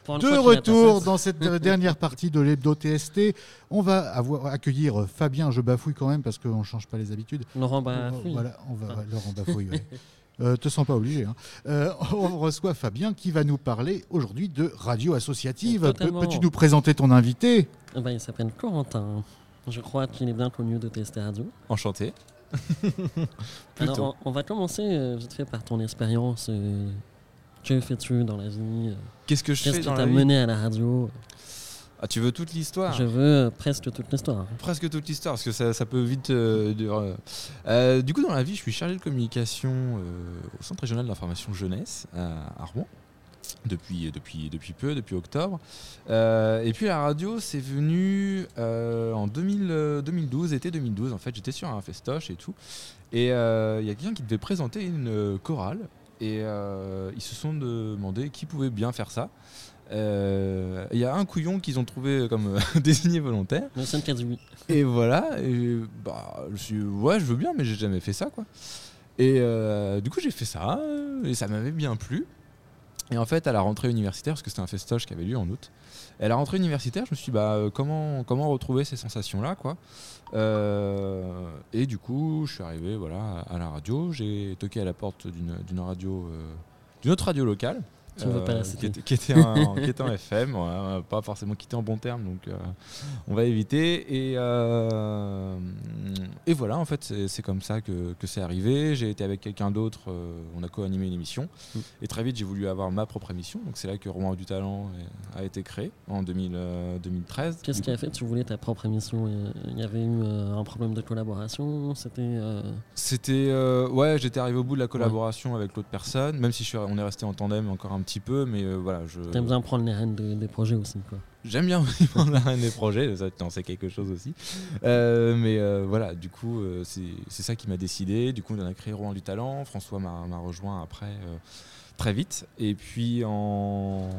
Pour De retour dans cette dernière partie de l'hebdo TST, on va accueillir Fabien. Je bafouille quand même parce qu'on ne change pas les habitudes. Laurent Bafouille. Voilà, Laurent Bafouille. Ouais. Te sens pas obligé. On reçoit Fabien qui va nous parler aujourd'hui de radio associative. Peux-tu nous présenter ton invité ? Il s'appelle Corentin. Je crois qu'il est bien connu de TST Radio. Enchanté. Alors, on va commencer vite fait par ton expérience. Que fais-tu dans la vie ? Qu'est-ce que je fais dans la vie ? Qu'est-ce qui t'a mené à la radio ? Ah, tu veux toute l'histoire ? Je veux presque toute l'histoire. Presque toute l'histoire, parce que ça peut vite durer. Du coup, dans la vie, je suis chargé de communication au Centre régional d'information jeunesse à Rouen. Depuis octobre. Et puis la radio, c'est venu en 2012, été 2012. En fait, j'étais sur un festoche et tout. Et il y a quelqu'un qui devait présenter une chorale. Et ils se sont demandé qui pouvait bien faire ça. Il y a un couillon qu'ils ont trouvé comme désigné volontaire. Le seul qui a dit oui. Et voilà. Et, je suis je veux bien, mais j'ai jamais fait ça, quoi. Et du coup, j'ai fait ça. Et ça m'avait bien plu. Et en fait, à la rentrée universitaire, parce que c'était un festoche qui avait lieu en août, et à la rentrée universitaire, je me suis dit, comment retrouver ces sensations-là, quoi. Et du coup, je suis arrivé à la radio. J'ai toqué à la porte d'une autre radio locale. Tu ne veux pas la citer. Qui était en FM, pas forcément qui était en bon terme, donc on va éviter. Et voilà, en fait, c'est comme ça que c'est arrivé. J'ai été avec quelqu'un d'autre, on a co-animé une émission, et très vite j'ai voulu avoir ma propre émission. Donc c'est là que Rouen a du talent a été créé en 2013. Qu'est-ce qui a fait que tu voulais ta propre émission ? Il y avait eu un problème de collaboration ? J'étais arrivé au bout de la collaboration avec l'autre personne, même si on est resté en tandem encore un petit peu, mais voilà. T'aimes bien prendre les rênes des projets aussi, quoi. J'aime bien aussi prendre la rêne des projets, ça t'en sais quelque chose aussi. Mais voilà, du coup, c'est ça qui m'a décidé. Du coup, on a créé Rouen du Talent. François m'a rejoint après très vite. Et puis en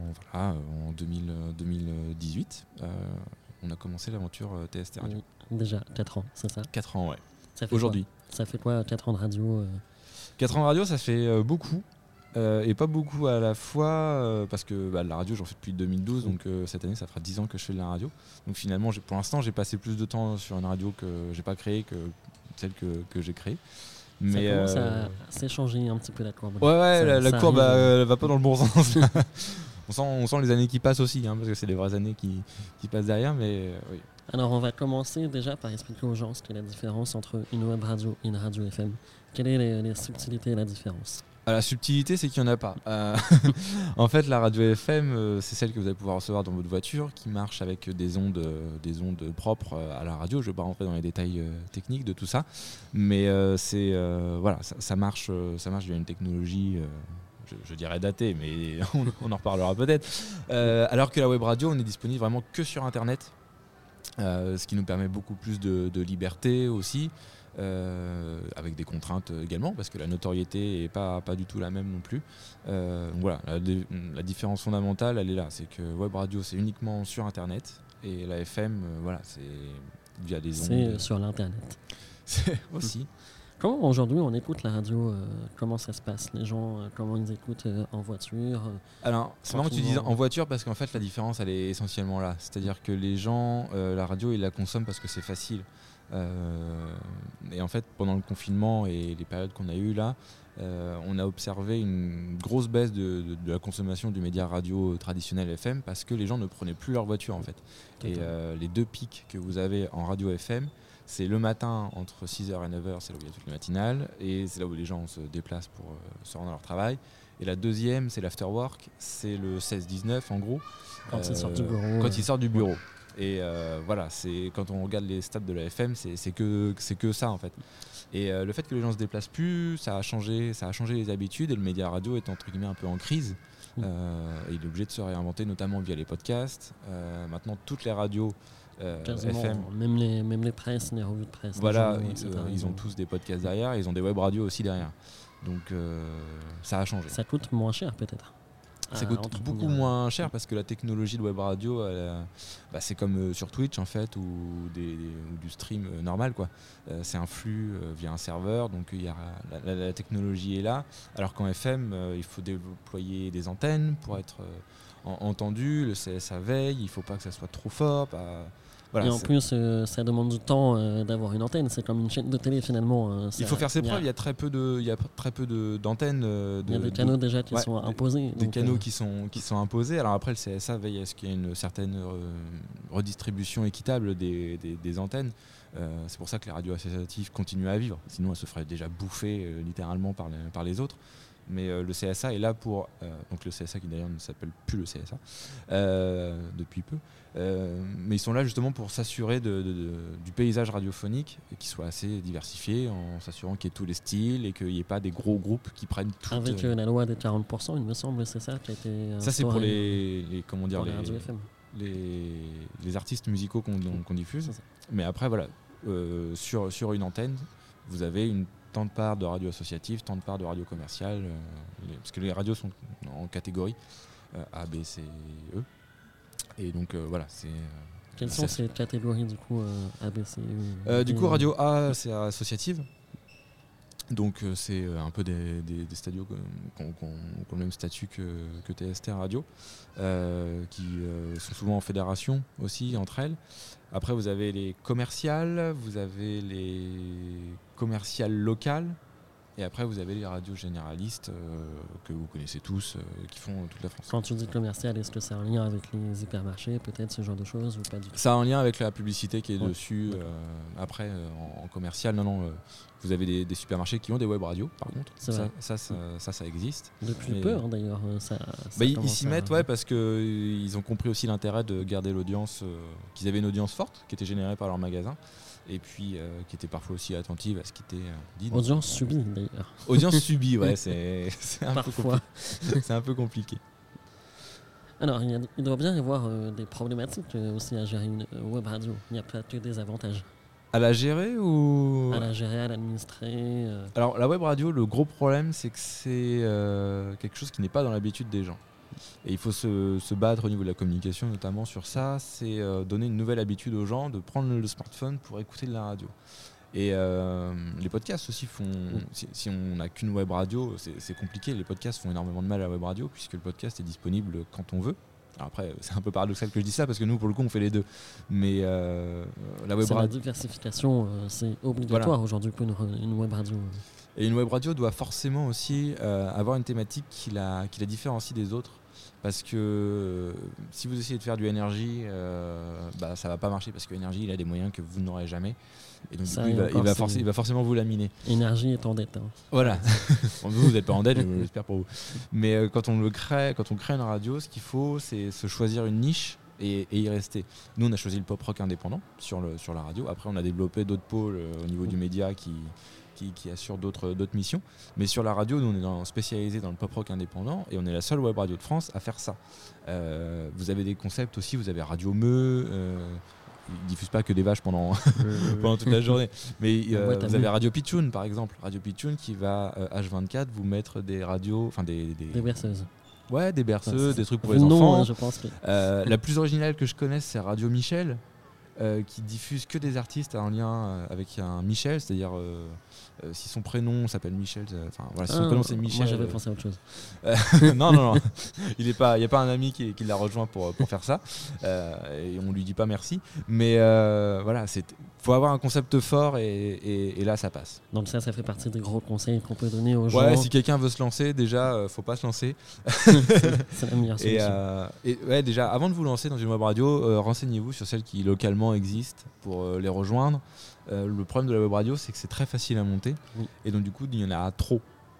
2018, on a commencé l'aventure TST Radio. Déjà 4 ans, c'est ça ? 4 ans, ouais. Aujourd'hui. Ça fait quoi 4 ans de radio 4 ans de radio, ça fait beaucoup. Et pas beaucoup à la fois, parce que la radio, j'en fais depuis 2012, donc cette année, ça fera 10 ans que je fais de la radio. Donc finalement, pour l'instant, j'ai passé plus de temps sur une radio que j'ai pas créée que celle que j'ai créée. Mais ça commence à s'échanger un petit peu la courbe. La courbe va pas dans le bon sens. on sent les années qui passent aussi, parce que c'est les vraies années qui passent derrière, mais oui. Alors on va commencer déjà par expliquer aux gens ce qu'est la différence entre une web radio et une radio FM. Quelles sont les subtilités et la différence ? La subtilité, c'est qu'il n'y en a pas. En fait, la radio FM, c'est celle que vous allez pouvoir recevoir dans votre voiture, qui marche avec des ondes propres à la radio. Je ne vais pas rentrer dans les détails techniques de tout ça, mais ça marche via une technologie, je dirais datée, mais on en reparlera peut-être. Alors que la web radio, on est disponible vraiment que sur Internet, ce qui nous permet beaucoup plus de liberté aussi. Avec des contraintes également, parce que la notoriété n'est pas du tout la même non plus. Voilà, la différence fondamentale, elle est là. C'est que web radio, c'est uniquement sur Internet, et la FM, c'est via des ondes. C'est sur l'Internet. C'est aussi. Comment aujourd'hui on écoute la radio ? Comment ça se passe ? Les gens, comment ils écoutent en voiture ? Alors, c'est marrant que tu dises en voiture, parce qu'en fait, la différence, elle est essentiellement là. C'est-à-dire que les gens, la radio, ils la consomment parce que c'est facile. Et en fait, pendant le confinement et les périodes qu'on a eues là, on a observé une grosse baisse de la consommation du média radio traditionnel FM, parce que les gens ne prenaient plus leur voiture, en fait. Et les 2 pics que vous avez en radio FM, c'est le matin entre 6h et 9h, c'est là où il y a toutes les matinales, et c'est là où les gens se déplacent pour se rendre à leur travail. Et la deuxième, c'est l'afterwork, c'est le 16-19 en gros. Quand ils sortent du bureau. Quand ils sortent du bureau. Et c'est quand on regarde les stats de la FM, c'est que ça, en fait. Et le fait que les gens se déplacent plus, ça a changé les habitudes, et le média radio est entre guillemets un peu en crise. Il est obligé de se réinventer, notamment via les podcasts. Maintenant, toutes les radios FM, même les presses, les revues de presse. Voilà, ils ont tous des podcasts derrière, et ils ont des web radios aussi derrière. Donc ça a changé. Ça coûte moins cher peut-être. Ça coûte beaucoup moins cher parce que la technologie de web radio, c'est comme sur Twitch en fait, ou du stream normal, quoi. C'est un flux via un serveur, donc la technologie est là. Alors qu'en FM, il faut déployer des antennes pour être entendu, le CSA veille, il ne faut pas que ça soit trop fort. Voilà, et en plus, ça demande du temps d'avoir une antenne. C'est comme une chaîne de télé finalement. Il faut faire ses preuves. Il y a très peu d'antennes. Il y a des canaux déjà qui sont imposés. Des canaux qui sont imposés. Alors après, le CSA veille à ce qu'il y ait une certaine redistribution équitable des antennes. C'est pour ça que les radios associatives continuent à vivre. Sinon, elles se feraient déjà bouffer littéralement par les autres. Mais le CSA est là pour... donc le CSA qui d'ailleurs ne s'appelle plus le CSA depuis peu. Mais ils sont là justement pour s'assurer du paysage radiophonique qui soit assez diversifié, en s'assurant qu'il y ait tous les styles et qu'il n'y ait pas des gros groupes qui prennent tout. Avec la loi des 40%, il me semble, c'est ça qui a été... Ça c'est pour les artistes musicaux qu'on diffuse. Mais après voilà, sur une antenne, vous avez tant de parts de radio associative, tant de parts de radio commerciale, parce que les radios sont en catégorie A, B, C, E. Et donc voilà, c'est... Quelles sont ces catégories du coup A, B, C, E Du coup, radio A, c'est associative. Donc c'est un peu des stadios qui ont le même statut que TST Radio, qui sont souvent en fédération aussi entre elles. Après vous avez les commerciales, vous avez les commerciales locales, et après vous avez les radios généralistes que vous connaissez tous, qui font toute la France. Quand tu dis commercial, est-ce que c'est en lien avec les hypermarchés, peut-être ce genre de choses, ou pas du tout? Ça a un lien avec la publicité qui est dessus. Après en commercial, non. Vous avez des supermarchés qui ont des web radios, par contre. Ça existe. Depuis peu, d'ailleurs. Ils s'y mettent, parce qu'ils ont compris aussi l'intérêt de garder l'audience, qu'ils avaient une audience forte, qui était générée par leur magasin, et puis qui était parfois aussi attentive à ce qui était dit. Audience subie, d'ailleurs. Audience subie, c'est un peu compliqué. Alors, il doit bien y avoir des problématiques aussi à gérer une web radio. Il n'y a pas que des avantages. À la gérer ou... À la gérer, à l'administrer. Alors la web radio, le gros problème c'est que c'est quelque chose qui n'est pas dans l'habitude des gens. Et il faut se battre au niveau de la communication notamment sur ça, c'est donner une nouvelle habitude aux gens de prendre le smartphone pour écouter de la radio. Et les podcasts aussi font... Si on n'a qu'une web radio, c'est compliqué. Les podcasts font énormément de mal à la web radio puisque le podcast est disponible quand on veut. Alors après, c'est un peu paradoxal que je dise ça parce que nous, pour le coup, on fait les deux. Mais la web radio... La diversification, c'est obligatoire aujourd'hui pour une web radio. Et une web radio doit forcément aussi avoir une thématique qui la différencie des autres. Parce que si vous essayez de faire du énergie, ça va pas marcher parce que énergie, il a des moyens que vous n'aurez jamais. Et donc ça, du coup, il va forcément vous laminer. Énergie est en dette. Voilà. Vous n'êtes pas en dette, j'espère pour vous. Mais quand on crée une radio, ce qu'il faut, c'est se choisir une niche et y rester. Nous, on a choisi le pop rock indépendant sur la radio. Après, on a développé d'autres pôles au niveau du média qui assure d'autres missions. Mais sur la radio, nous, on est spécialisé dans le pop rock indépendant et on est la seule web radio de France à faire ça. Vous avez des concepts aussi, vous avez Radio Meux, ils ne diffusent pas que des vaches pendant toute la journée. Mais vous avez Radio Pitchoun, par exemple. Radio Pitchoun qui va H24 vous mettre des radios, enfin des berceuses. Ouais, des berceuses, des trucs pour les enfants. Je pense que... la plus originale que je connaisse, c'est Radio Michel. Qui diffuse que des artistes en lien avec un Michel, c'est-à-dire si son prénom s'appelle Michel, si son prénom c'est Michel. Moi j'avais pensé à autre chose. Non. Il n'y a pas un ami qui l'a rejoint pour faire ça, et on lui dit pas merci. Mais voilà, faut avoir un concept fort et là ça passe. Donc ça fait partie des gros conseils qu'on peut donner aux gens. Ouais, si quelqu'un veut se lancer, déjà, faut pas se lancer. C'est la meilleure solution. Et déjà, avant de vous lancer dans une web radio, renseignez-vous sur celles qui localement existent pour les rejoindre. Le problème de la web radio, c'est que c'est très facile à monter, et donc du coup, il y en a trop.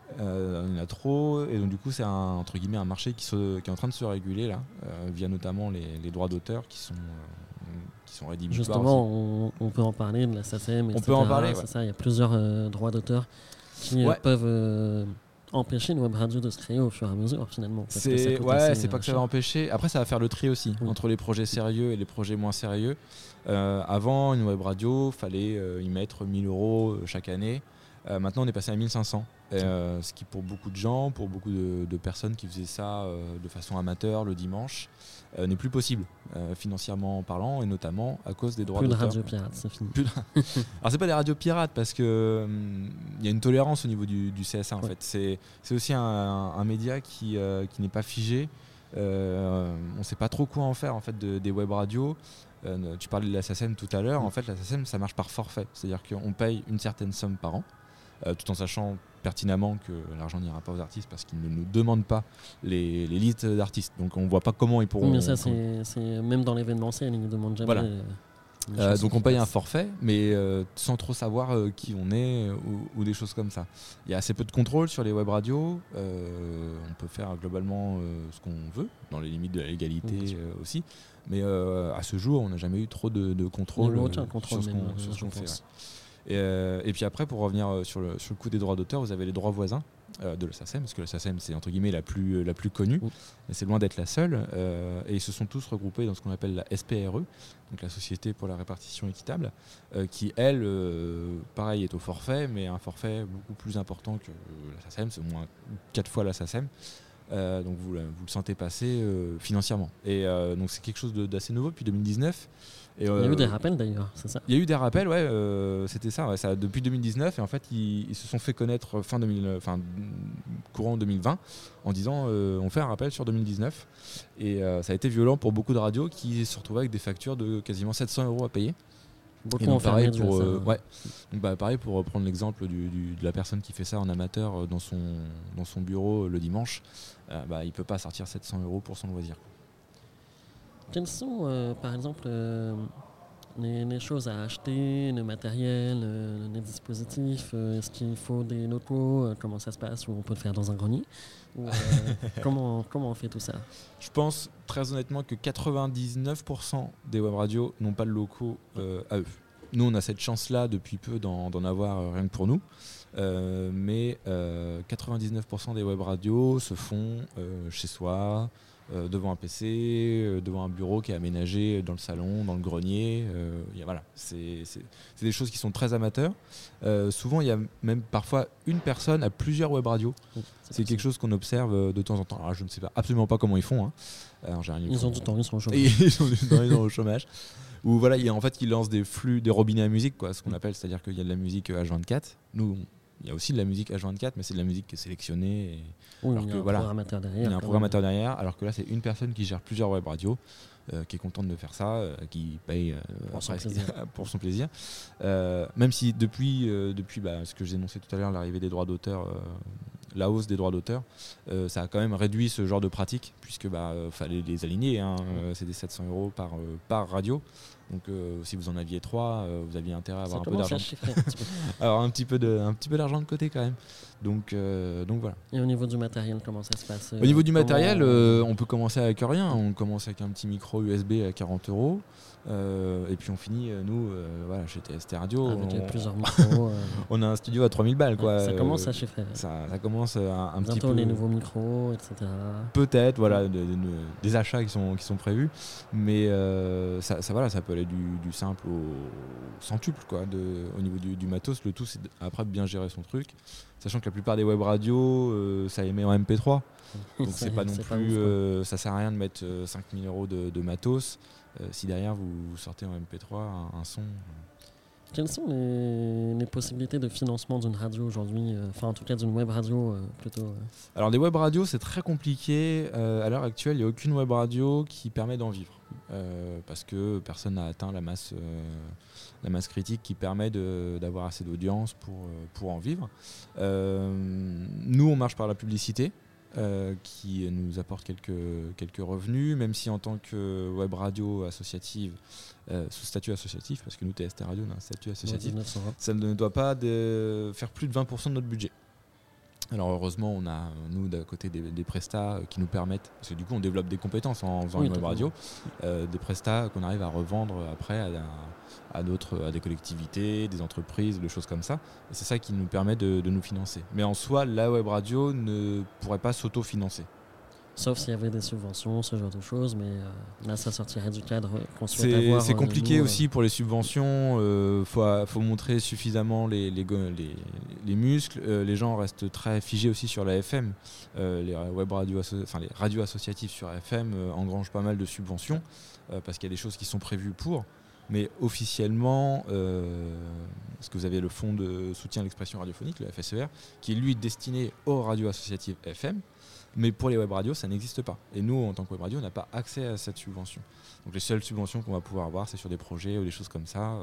Et donc du coup, c'est entre guillemets un marché qui est en train de se réguler là, via notamment les droits d'auteur qui sont rédhibitoires. Justement, on peut en parler de la SACEM, etc. On peut en parler. C'est ça, il y a plusieurs droits d'auteur qui peuvent empêcher une web radio de se créer au fur et à mesure finalement. C'est pas que ça va empêcher. Après, ça va faire le tri aussi entre les projets sérieux et les projets moins sérieux. Avant, une web radio, fallait y mettre 1 000 € chaque année. Maintenant, on est passé à 1500. Ce qui, pour beaucoup de gens, pour beaucoup de personnes qui faisaient ça de façon amateur le dimanche, n'est plus possible, financièrement parlant, et notamment à cause des droits d'auteur. Plus de radio pirate, c'est fini. Alors, c'est pas des radios pirates, parce que y a une tolérance au niveau du CSA, en fait. C'est aussi un média qui n'est pas figé. On sait pas trop quoi en faire, en fait, des web radios. Tu parlais de la SACEM tout à l'heure. En fait, la SACEM, ça marche par forfait. C'est-à-dire qu'on paye une certaine somme par an, tout en sachant pertinemment que l'argent n'ira pas aux artistes parce qu'ils ne nous demandent pas les listes d'artistes. Donc on ne voit pas comment ils pourront... Mais ça, c'est même dans l'événementiel, ils ne demandent jamais... Voilà. Donc on paye un forfait, mais sans trop savoir qui on est ou des choses comme ça. Il y a assez peu de contrôle sur les web radios. On peut faire globalement ce qu'on veut, dans les limites de la légalité aussi. Mais à ce jour, on n'a jamais eu trop de contrôle sur ce qu'on fait. Ouais. Et puis après, pour revenir sur le coup des droits d'auteur, vous avez les droits voisins de la SACEM, parce que la SACEM, c'est entre guillemets la plus connue, mais c'est loin d'être la seule. Et ils se sont tous regroupés dans ce qu'on appelle la SPRE, donc la Société pour la répartition équitable, qui, elle, pareil, est au forfait, mais un forfait beaucoup plus important que la SACEM, c'est au moins 4 fois la SACEM. Donc vous le sentez passer financièrement. Et donc c'est quelque chose d'assez nouveau depuis 2019. Et, il y a eu des rappels d'ailleurs, c'est ça? Il y a eu des rappels, c'était ça, ça depuis 2019. Et en fait, ils se sont fait connaître courant 2020 en disant on fait un rappel sur 2019. Et ça a été violent pour beaucoup de radios qui se retrouvaient avec des factures de quasiment 700 € à payer. Beaucoup ont pareil pour donc pareil pour reprendre l'exemple de la personne qui fait ça en amateur dans son bureau le dimanche, il peut pas sortir 700 € pour son loisir. Quelles sont par exemple les choses à acheter, le matériel, les dispositifs? Est-ce qu'il faut des locaux? Comment ça se passe? Ou on peut le faire dans un grenier? Ou, comment on fait tout ça? Je pense très honnêtement que 99% des web radios n'ont pas de locaux à eux. Nous, on a cette chance-là depuis peu d'en avoir rien que pour nous. Mais 99% des web radios se font chez soi, devant un PC, devant un bureau qui est aménagé dans le salon, dans le grenier. Voilà, c'est des choses qui sont très amateurs. Souvent, il y a même parfois une personne à plusieurs web radios. C'est quelque chose qu'on observe de temps en temps. Alors, je ne sais absolument pas comment ils font. Ils ont du temps, ils sont au chômage. Ils sont au chômage. Ou voilà, ils lancent des flux, des robinets à musique, ce qu'on appelle, c'est-à-dire qu'il y a de la musique H24. Nous, il y a aussi de la musique H24, mais c'est de la musique qui est sélectionnée. Il y a un programmateur derrière. Il y a un programmateur derrière, alors que là, c'est une personne qui gère plusieurs web radios, qui est contente de faire ça, qui paye pour son plaisir. Même si depuis ce que j'ai énoncé tout à l'heure, l'arrivée des droits d'auteur, la hausse des droits d'auteur, ça a quand même réduit ce genre de pratique, puisque fallait les aligner. C'est des 700 € par radio. Donc si vous en aviez 3, vous aviez intérêt à avoir un peu d'argent. Alors un petit peu d'argent de côté quand même. Donc voilà. Et au niveau du matériel, comment ça se passe? Au niveau du matériel, on peut commencer avec rien. On commence avec un petit micro USB à 40 €. Et puis on finit, nous, chez TST Radio. Avec plusieurs micros. On a un studio à 3000 balles. Ça commence à chiffrer. Ça commence un petit peu. Bientôt les nouveaux micros, etc. Peut-être, des achats qui sont prévus. Mais ça peut aller du simple au centuple, au niveau du matos. Le tout, c'est après de bien gérer son truc. Sachant que la plupart des web radios, ça émet en MP3. Donc c'est pas non plus. Ça sert à rien de mettre 5000 € de matos. Si derrière vous sortez en MP3 un son. Quelles sont les possibilités de financement d'une radio aujourd'hui, en tout cas d'une web radio plutôt Alors des web radios, c'est très compliqué. À l'heure actuelle, il n'y a aucune web radio qui permet d'en vivre. Parce que personne n'a atteint la masse critique qui permet d'avoir assez d'audience pour en vivre. Nous, on marche par la publicité. Qui nous apporte quelques revenus, même si en tant que web radio associative, sous statut associatif, parce que nous, TST Radio, on a un statut associatif, ça ne doit pas faire plus de 20% de notre budget. Alors heureusement, on a, nous, d'un côté, des prestats qui nous permettent, parce que du coup, on développe des compétences en faisant une web radio, des prestats qu'on arrive à revendre après à des collectivités, des entreprises, des choses comme ça. Et c'est ça qui nous permet de nous financer. Mais en soi, la web radio ne pourrait pas s'auto-financer. Sauf s'il y avait des subventions, ce genre de choses, mais là, ça sortirait du cadre qu'on souhaite avoir. C'est compliqué aussi pour les subventions. Faut montrer suffisamment les muscles. Les gens restent très figés aussi sur la FM. Les web radios, les radios associatives sur FM engrangent pas mal de subventions parce qu'il y a des choses qui sont prévues pour. Mais officiellement, parce que vous avez le fonds de soutien à l'expression radiophonique, le FSER, qui est lui destiné aux radios associatives FM. Mais pour les web radios, ça n'existe pas. Et nous, en tant que web radio, on n'a pas accès à cette subvention. Donc les seules subventions qu'on va pouvoir avoir, c'est sur des projets ou des choses comme ça,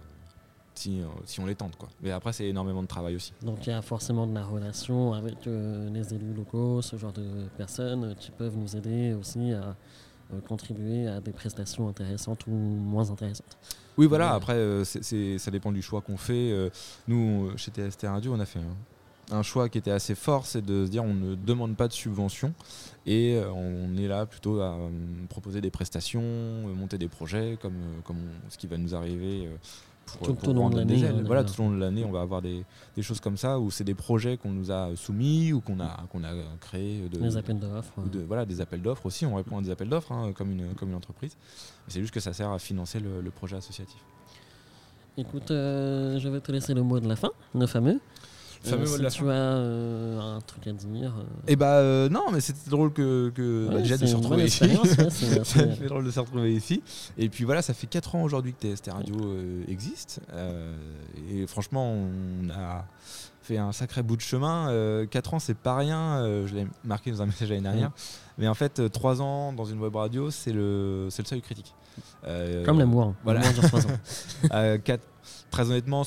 si on les tente, quoi. Mais après, c'est énormément de travail aussi. Donc il y a forcément de la relation avec les élus locaux, ce genre de personnes qui peuvent nous aider aussi à contribuer à des prestations intéressantes ou moins intéressantes. Oui, voilà. Après, ça dépend du choix qu'on fait. Nous, chez TST Radio, on a fait un choix qui était assez fort, c'est de se dire on ne demande pas de subvention et on est là plutôt à proposer des prestations, monter des projets comme ce qui va nous arriver tout au long de l'année. Voilà, tout au long de l'année, on va avoir des choses comme ça où c'est des projets qu'on nous a soumis ou qu'on a créé. Des appels d'offres. Voilà, des appels d'offres aussi. On répond à des appels d'offres comme une entreprise. Mais c'est juste que ça sert à financer le projet associatif. Écoute, je vais te laisser le mot de la fin, le fameux. Si tu as un truc à dire. Non, mais c'était drôle déjà de se retrouver ici. Ça fait drôle de se retrouver ici. Et puis voilà, ça fait 4 ans aujourd'hui que TST Radio existe. Et franchement, on a fait un sacré bout de chemin. 4 ans, c'est pas rien. Je l'ai marqué dans un message l'année dernière. Mais en fait, 3 ans dans une web radio, c'est le seuil critique. Comme l'amour. Voilà. L'amour dure 3 ans. Très honnêtement,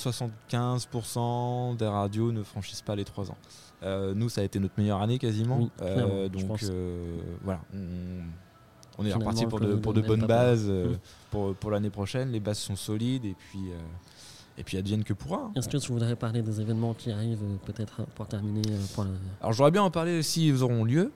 75% des radios ne franchissent pas les 3 ans. Nous, ça a été notre meilleure année quasiment. Oui, donc voilà, on est reparti pour de bonnes bases pour l'année prochaine. Les bases sont solides et puis advienne que pourra. Est-ce que tu voudrais parler des événements qui arrivent peut-être pour terminer Alors j'aurais bien en parler s'ils auront lieu.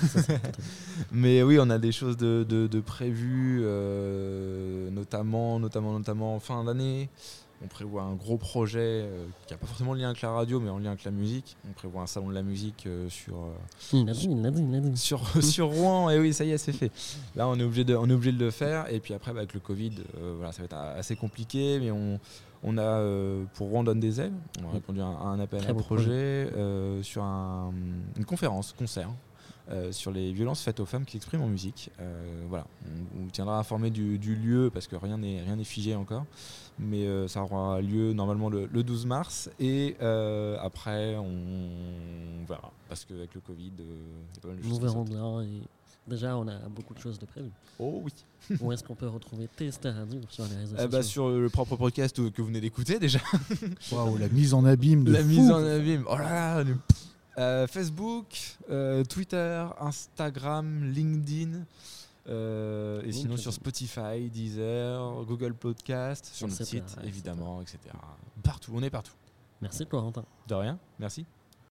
Mais oui, on a des choses de prévues, notamment en fin d'année. On prévoit un gros projet qui n'a pas forcément de lien avec la radio, mais en lien avec la musique. On prévoit un salon de la musique Il l'a dit. Sur Rouen. Et oui, ça y est, c'est fait. Là, on est obligé de le faire. Et puis après, avec le Covid, ça va être assez compliqué. Mais on a, pour Rouen donne des ailes, on a répondu à un appel à projet sur une conférence, concert. Sur les violences faites aux femmes qui s'expriment en musique. Voilà. On tiendra informé du lieu parce que rien n'est figé encore. Mais ça aura lieu normalement le 12 mars. Et après, on verra. Parce qu'avec le Covid, il y a pas mal de choses. Nous verrons bien. Et déjà, on a beaucoup de choses de prévues. Oh oui. Où est-ce qu'on peut retrouver TST Radio sur les réseaux sociaux? Sur le propre podcast que vous venez d'écouter déjà. Waouh, la mise en abîme de la fou. Mise en abîme. Oh là là. Facebook, Twitter, Instagram, LinkedIn, et sinon sur Spotify, Deezer, Google Podcast, sur notre site évidemment, etc. Partout, on est partout. Merci Corentin. De rien, merci.